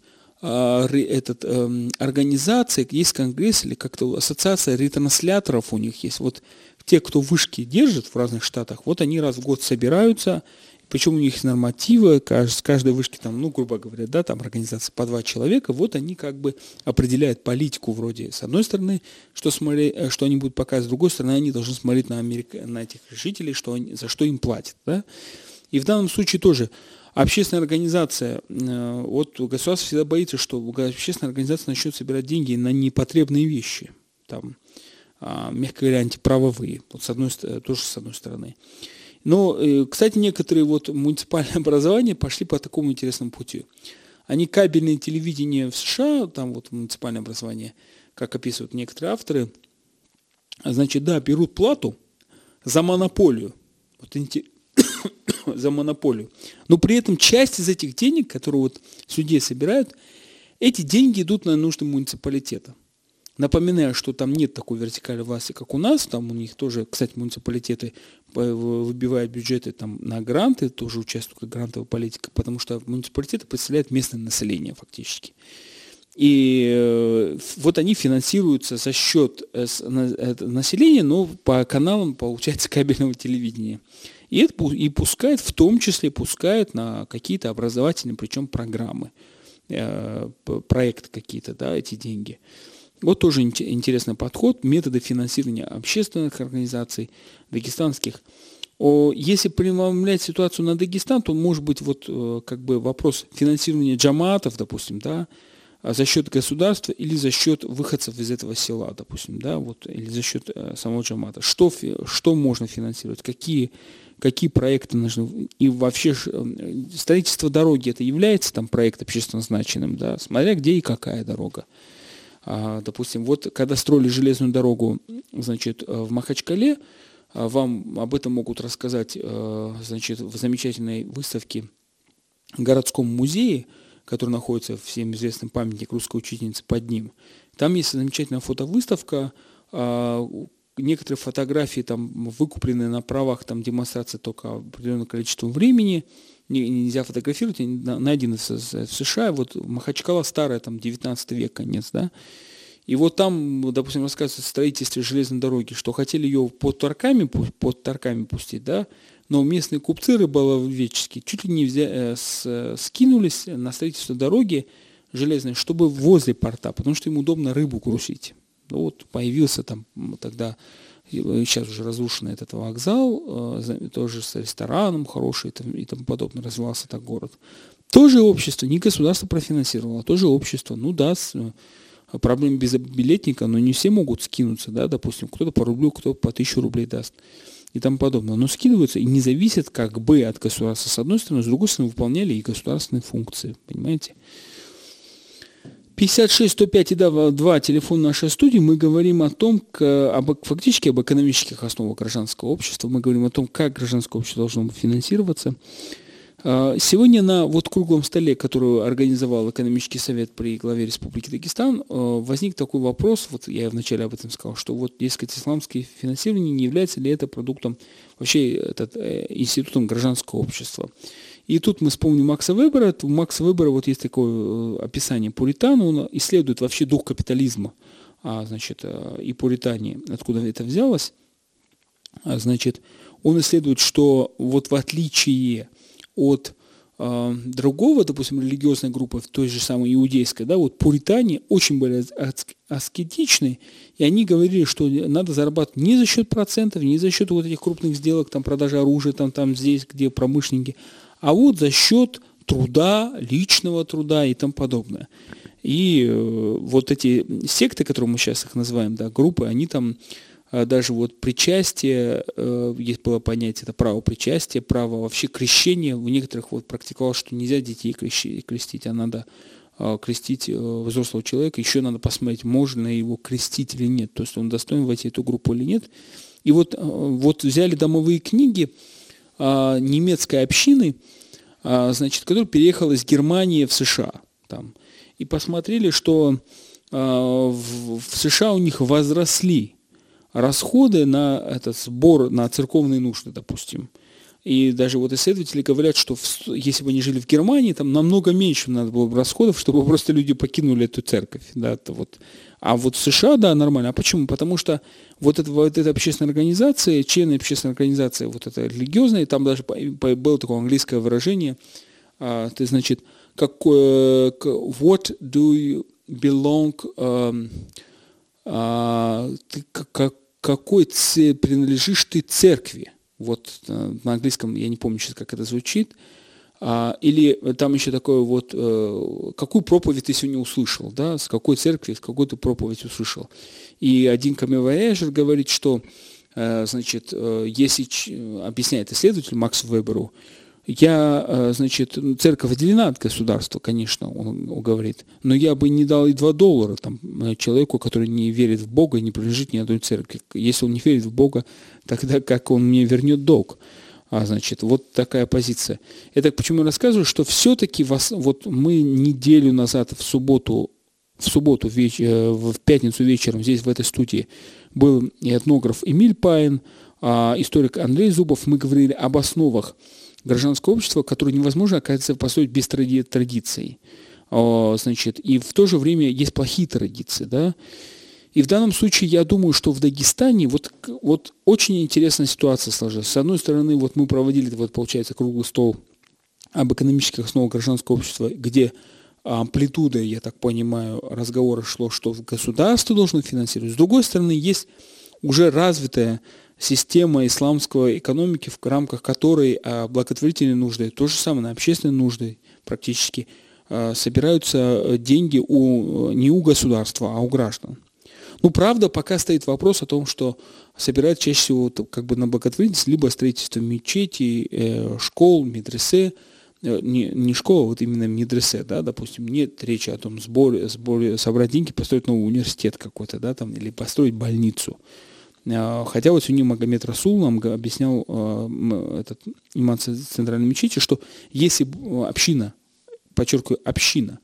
организации, есть конгресс или как-то ассоциация ретрансляторов у них есть. Вот те, кто вышки держит в разных штатах, вот они раз в год собираются, причем у них есть нормативы, с каждой вышки там, ну, грубо говоря, да, там организация по 2 человека, вот они как бы определяют политику вроде, с одной стороны, что они будут показывать, с другой стороны, они должны смотреть на этих жителей, за что им платят, да. И в данном случае тоже общественная организация, вот государство всегда боится, что общественная организация начнет собирать деньги на непотребные вещи, там, мягко говоря, антиправовые, вот тоже с одной стороны. Но, кстати, некоторые вот муниципальные образования пошли по такому интересному пути. Они кабельное телевидение в США, там вот муниципальное образование, как описывают некоторые авторы, значит, да, берут плату за монополию. Вот за монополию. Но при этом часть из этих денег, которые вот судьи собирают, эти деньги идут на нужды муниципалитета. Напоминаю, что там нет такой вертикали власти, как у нас. Там у них тоже, кстати, муниципалитеты выбивают бюджеты там, на гранты, тоже участвуют как грантовая политика, потому что муниципалитеты представляют местное население фактически. И вот они финансируются за счет населения, но по каналам, получается, кабельного телевидения. И пускают, в том числе, пускают на какие-то образовательные, причем программы, проекты какие-то, да, эти деньги. Вот тоже интересный подход, методы финансирования общественных организаций, дагестанских. Если преломлять ситуацию на Дагестан, то может быть вот как бы вопрос финансирования джамаатов, допустим, да, за счет государства или за счет выходцев из этого села, допустим, да, вот, или за счет самого джамаата. Что можно финансировать, какие проекты нужны, и вообще строительство дороги, это является там проект общественно значимым, да, смотря где и какая дорога. Допустим, вот когда строили железную дорогу, значит, в Махачкале, вам об этом могут рассказать, значит, в замечательной выставке в городском музее, который находится в всем известном памятнике русской учительницы под ним. Там есть замечательная фотовыставка, некоторые фотографии там выкуплены на правах там, демонстрации только определенное количество времени, нельзя фотографировать, найдены в США, вот Махачкала старая, там 19 век, конец, да, и вот там, допустим, рассказывается о строительстве железной дороги, что хотели ее под тарками пустить, да, но местные купцы рыболовеческие чуть ли не скинулись на строительство дороги железной, чтобы возле порта, потому что им удобно рыбу грузить. Ну, вот появился там тогда, сейчас уже разрушенный этот вокзал, тоже с рестораном хороший и тому подобное, развивался так город. Тоже общество, не государство профинансировало, тоже общество, ну да, проблема без билетника, но не все могут скинуться, да, допустим, кто-то по рублю, кто-то по 1000 рублей даст и тому подобное. Но скидываются и не зависят как бы от государства с одной стороны, с другой стороны выполняли и государственные функции, понимаете? 56-105-2, телефон нашей студии, мы говорим о том, фактически об экономических основах гражданского общества, мы говорим о том, как гражданское общество должно финансироваться. Сегодня на вот круглом столе, который организовал экономический совет при главе Республики Дагестан, возник такой вопрос, вот я вначале об этом сказал, что вот, дескать, исламское финансирование, не является ли это продуктом, вообще институтом гражданского общества. И тут мы вспомним Макса Вебера. У Макса Вебера вот есть такое описание пуритана, он исследует вообще дух капитализма, значит, и пуритании, откуда это взялось. Значит, он исследует, что вот в отличие от другого, допустим, религиозной группы, в той же самой иудейской, да, вот пуритане очень были аскетичны, и они говорили, что надо зарабатывать не за счет процентов, не за счет вот этих крупных сделок, там продажи оружия, там здесь, где промышленники, а вот за счет труда, личного труда и тому подобное. И вот эти секты, которые мы сейчас их называем, да, группы, они там даже вот причастие, есть было понятие, это право причастия, право вообще крещения. У некоторых вот практиковалось, что нельзя детей крестить, а надо крестить взрослого человека. Еще надо посмотреть, можно его крестить или нет, то есть он достоин войти в эту группу или нет. И вот взяли домовые книги немецкой общины, значит, которая переехала из Германии в США. Там, и посмотрели, что в США у них возросли расходы на этот сбор, на церковные нужды, допустим. И даже вот исследователи говорят, что если бы они жили в Германии, там намного меньше надо было бы расходов, чтобы просто люди покинули эту церковь. Да, это вот. А вот в США, да, нормально. А почему? Потому что вот эта общественная организация, члены общественной организации, вот это религиозная, там даже было такое английское выражение, ты, значит, what do you belong, какой принадлежишь ты церкви? Вот на английском, я не помню сейчас, как это звучит. Или там еще такое вот, какую проповедь ты сегодня услышал, да, с какой церкви, с какой ты проповедь услышал. И один камевояжер говорит, что, значит, если, объясняет исследователь Максу Веберу, значит, церковь отделена от государства, конечно, он говорит, но я бы не дал и $2 там, человеку, который не верит в Бога и не принадлежит ни одной церкви. Если он не верит в Бога, тогда как он мне вернет долг? Значит, вот такая позиция. Это почему я рассказываю, что все-таки вот мы неделю назад в пятницу вечером здесь в этой студии был этнограф Эмиль Пайн, историк Андрей Зубов. Мы говорили об основах гражданского общества, которое невозможно, оказывается, построить без традиций. Значит, и в то же время есть плохие традиции, да. И в данном случае я думаю, что в Дагестане вот очень интересная ситуация сложилась. С одной стороны, вот мы проводили, вот, получается, круглый стол об экономических основах гражданского общества, где амплитуда, я так понимаю, разговора шло, что государство должно финансировать. С другой стороны, есть уже развитая система исламской экономики, в рамках которой благотворительные нужды, то же самое на общественные нужды практически, собираются деньги не у государства, а у граждан. Ну, правда, пока стоит вопрос о том, что собирают чаще всего как бы на благотворительность, либо строительство мечетей, школ, медресе, не школа, вот именно медресе, да, допустим, нет речи о том собрать деньги, построить новый университет какой-то, да, там, или построить больницу. Хотя вот сегодня Магомед Расул нам объяснял, этот имам центральной мечети, что если община, подчеркиваю, община,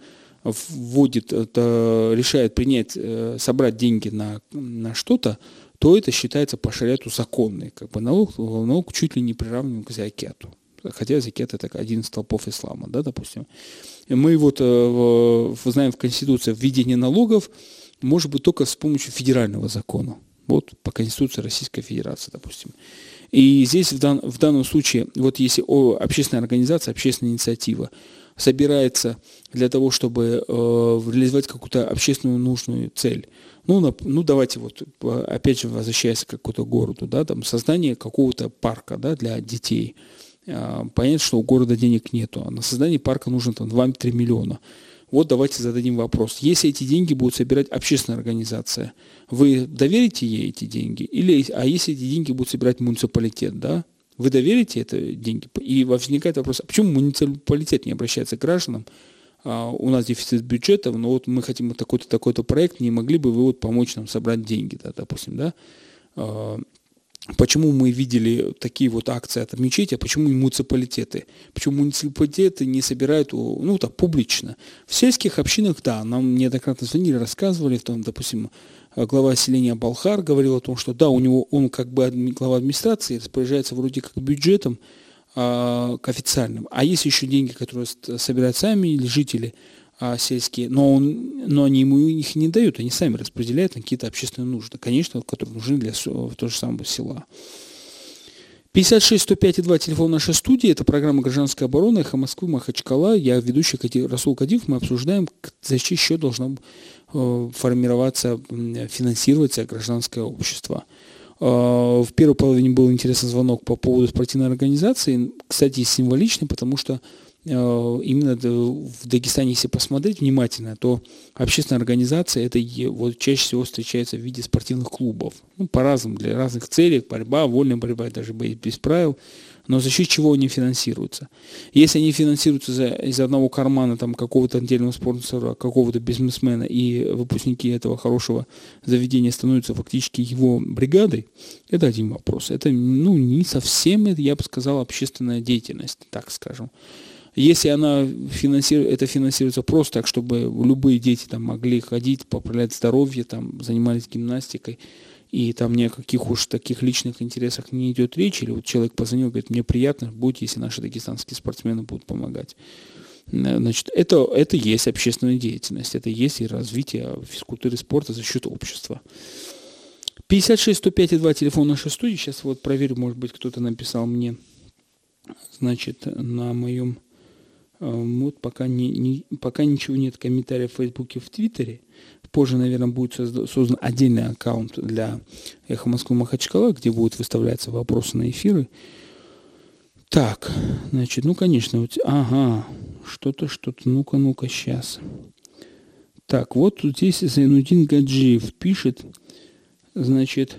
решает принять, собрать деньги на что-то, то это считается по шариату законный. Как бы налог чуть ли не приравниваем к закяту. Хотя закят — это один из столпов ислама, да, допустим. И мы вот знаем в Конституции, введение налогов может быть только с помощью федерального закона. Вот по Конституции Российской Федерации, допустим. И здесь в данном случае, вот если общественная организация, общественная инициатива собирается для того, чтобы реализовать какую-то общественную нужную цель. Ну, давайте вот, опять же, возвращаясь к какому-то городу, да, там создание какого-то парка, да, для детей. Понятно, что у города денег нету, а на создание парка нужно там 2-3 миллиона. Вот давайте зададим вопрос. Если эти деньги будут собирать общественная организация, вы доверите ей эти деньги? А если эти деньги будут собирать муниципалитет, да? Вы доверите эти деньги? И возникает вопрос, а почему муниципалитет не обращается к гражданам? У нас дефицит бюджета, но вот мы хотим такой-то, такой-то проект, не могли бы вы вот помочь нам собрать деньги, да, допустим, да? Почему мы видели такие вот акции от мечети, а почему и муниципалитеты? Почему муниципалитеты не собирают, так, публично? В сельских общинах, да, нам неоднократно звонили, рассказывали, допустим, глава селения Балхар говорил о том, что да, он как бы глава администрации, распоряжается вроде как бюджетом к официальным. А есть еще деньги, которые собирают сами или жители сельские, но они ему их не дают, они сами распределяют на какие-то общественные нужды, конечно, которые нужны для того же самого села. 56-105-2, телефон нашей студии, это программа «Гражданская оборона», «Эхо Москвы», Махачкала, я ведущий Расул Кадиев, мы обсуждаем, за чей счет должно формироваться, финансироваться гражданское общество. В первой половине был интересный звонок по поводу спортивной организации, кстати, символичный, потому что именно в Дагестане, если посмотреть внимательно, то общественная организация это вот чаще всего встречается в виде спортивных клубов. Ну, по-разному, для разных целей, борьба, вольная борьба, даже без правил. Но за счет чего они финансируются? Если они финансируются из одного кармана там, какого-то отдельного спонсора, какого-то бизнесмена, и выпускники этого хорошего заведения становятся фактически его бригадой, это один вопрос. Это не совсем, я бы сказал, общественная деятельность, так скажем. Если это финансируется просто так, чтобы любые дети там могли ходить, поправлять здоровье, там, занимались гимнастикой, и там ни о каких уж таких личных интересах не идет речь, или вот человек позвонил, говорит, мне приятно будет, если наши дагестанские спортсмены будут помогать. Значит, это есть общественная деятельность, это есть и развитие физкультуры спорта за счет общества. 56-105-2, телефон нашей студии. Сейчас вот проверю, может быть, кто-то написал мне, значит, на моем... Вот пока ничего нет комментариев в Фейсбуке, в Твиттере. Позже, наверное, будет создан отдельный аккаунт для «Эхо Москвы Махачкала», где будут выставляться вопросы на эфиры. Так, значит, конечно, вот, что-то, ну-ка, сейчас. Так, вот тут здесь Зайнудин Гаджиев пишет, значит,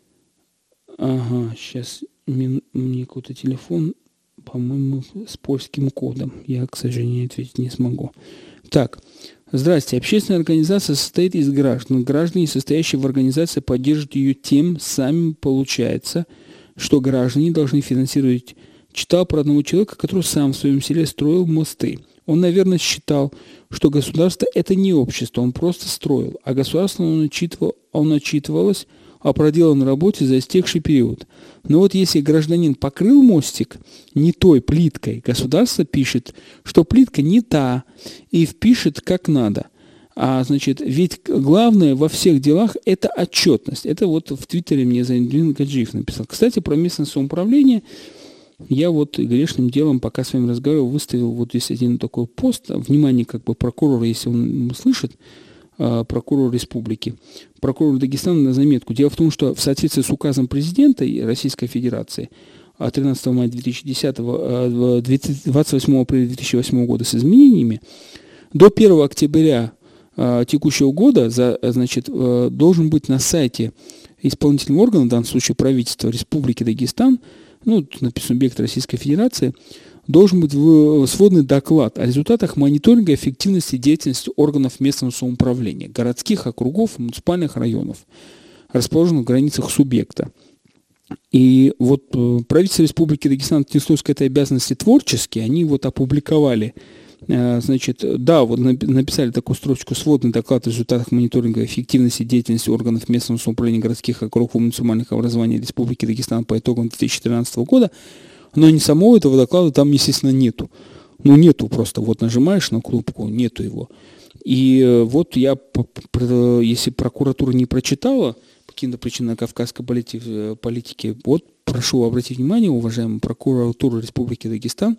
сейчас мне какой-то телефон, по-моему, с польским кодом. Я, к сожалению, ответить не смогу. Так, здрасте. Общественная организация состоит из граждан. Граждане, состоящие в организации, поддерживают ее тем самым получается, что граждане должны финансировать. Читал про одного человека, который сам в своем селе строил мосты. Он, наверное, считал, что государство – это не общество, он просто строил, а государство он отчитывалось о проделанной работе за истекший период. Но вот если гражданин покрыл мостик не той плиткой, государство пишет, что плитка не та, и впишет как надо. Значит, ведь главное во всех делах – это отчетность. Это вот в Твиттере мне Зайнудин Гаджиев написал. Кстати, про местное самоуправление я вот грешным делом, пока с вами разговаривал, выставил вот здесь один такой пост. Внимание, прокурора, если он слышит, прокурор республики, прокурор Дагестана на заметку. Дело в том, что в соответствии с указом президента Российской Федерации от 13 мая 28 апреля 2008 года с изменениями, до 1 октября текущего года должен быть на сайте исполнительного органа, в данном случае правительства Республики Дагестан, тут написано «Субъект Российской Федерации», должен быть сводный доклад о результатах мониторинга эффективности деятельности органов местного самоуправления, городских округов, муниципальных районов, расположенных в границах субъекта. И вот правительство Республики Дагестан отнеслось к этой обязанности творчески, они вот опубликовали, написали такую строчку «Сводный доклад о результатах мониторинга эффективности деятельности органов местного самоуправления, городских округов, муниципальных образований Республики Дагестан по итогам 2014 года, но не самого этого доклада там, естественно, нету. Нету просто. Вот нажимаешь на кнопку, нету его. И вот я, если прокуратура не прочитала по каким-то причинам кавказской политики, вот прошу обратить внимание, уважаемая прокуратура Республики Дагестан,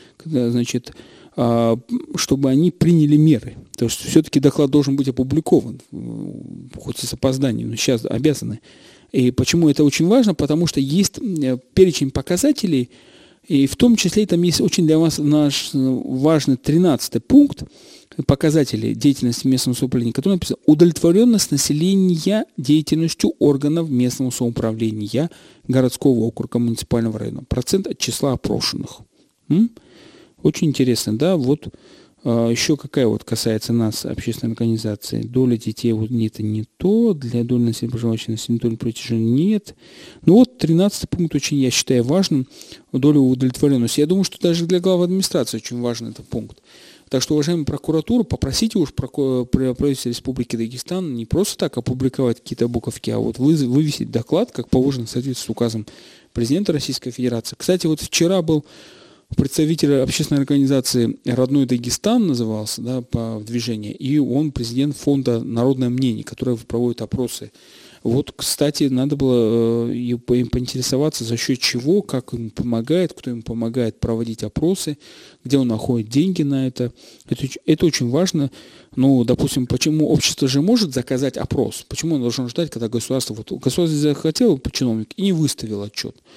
чтобы они приняли меры. Потому что все-таки доклад должен быть опубликован, хоть и с опозданием, но сейчас обязаны. И почему это очень важно? Потому что есть перечень показателей, и в том числе там есть очень для вас наш важный 13-й пункт показателей деятельности местного самоуправления, который написан «Удовлетворенность населения деятельностью органов местного самоуправления городского округа муниципального района. Процент от числа опрошенных». Очень интересно, да? Вот еще какая вот касается нас, общественной организации. Доля детей, вот это не то, для доли населения, проживающих на территории протяжении нет. 13 пункт очень, я считаю, важным, доля удовлетворенности. Я думаю, что даже для главы администрации очень важен этот пункт. Так что, уважаемая прокуратура, попросите уж правительство Республики Дагестан не просто так опубликовать какие-то буковки, а вот вывесить доклад, как положено в соответствии с указом президента Российской Федерации. Кстати, вот вчера был представитель общественной организации «Родной Дагестан» назывался, да, по движению, и он президент фонда «Народное мнение», который проводит опросы. Вот, кстати, надо было им поинтересоваться, за счет чего, как им помогает, кто им помогает проводить опросы, где он находит деньги на это. Это очень важно. Допустим, почему общество же может заказать опрос? Почему он должен ждать, когда государство захотело, чиновник, и не выставил отчет?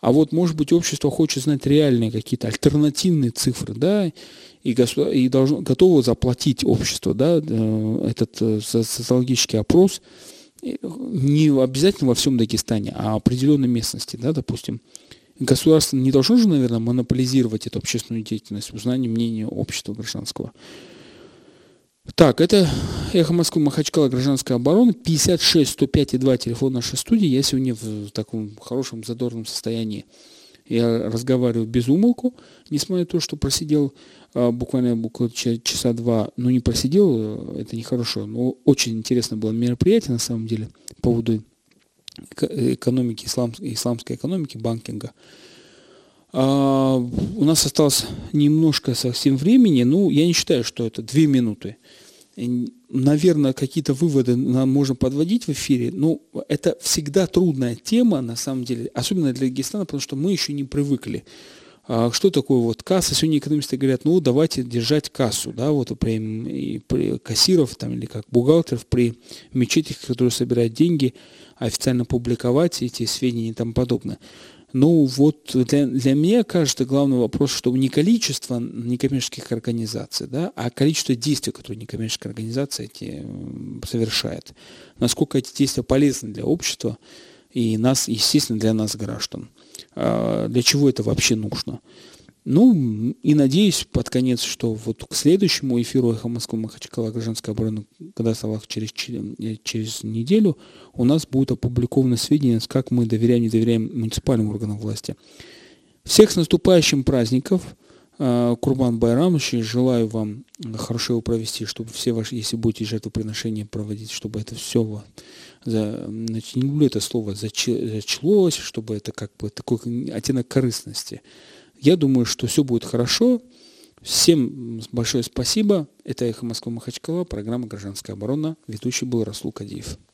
А вот, может быть, общество хочет знать реальные какие-то альтернативные цифры, да, и готово заплатить общество, да, этот социологический опрос, не обязательно во всем Дагестане, а определенной местности, да, допустим. Государство не должно же, наверное, монополизировать эту общественную деятельность, узнание мнения общества гражданского. Так, это «Эхо Москвы», Махачкала, гражданская оборона, 56-105-2, телефон нашей студии. Я сегодня в таком хорошем задорном состоянии. Я разговариваю без умолку, несмотря на то, что просидел буквально часа два, но не просидел, это нехорошо. Но очень интересно было мероприятие, на самом деле, по поводу экономики, исламской экономики, банкинга. У нас осталось немножко совсем времени, ну, я не считаю, что это 2 минуты. Наверное, какие-то выводы нам можно подводить в эфире, но это всегда трудная тема, на самом деле, особенно для Дагестана, потому что мы еще не привыкли. Что такое вот касса? Сегодня экономисты говорят, ну, давайте держать кассу, да, вот при кассиров там, или как бухгалтеров при мечетях, которые собирают деньги, официально публиковать эти сведения и тому подобное. Ну, вот для меня кажется главный вопрос, что не количество некоммерческих организаций, да, а количество действий, которые некоммерческая организация эти совершает. Насколько эти действия полезны для общества и нас, естественно, для нас, граждан. Для чего это вообще нужно? Ну, и надеюсь под конец, что вот к следующему эфиру «Эхо Москвы», Махачкала, гражданская оборона, когда стало через неделю, у нас будут опубликованы сведения, как мы доверяем, не доверяем муниципальным органам власти. Всех с наступающим праздником, Курбан-Байрам, желаю вам хорошо его провести, чтобы все ваши, если будете жертвоприношения проводить, чтобы это все, не люблю это слово, зачлось, чтобы это как бы такой оттенок корыстности. Я думаю, что все будет хорошо. Всем большое спасибо. Это «Эхо Москвы», Махачкала, программа «Гражданская оборона». Ведущий был Расул Кадиев.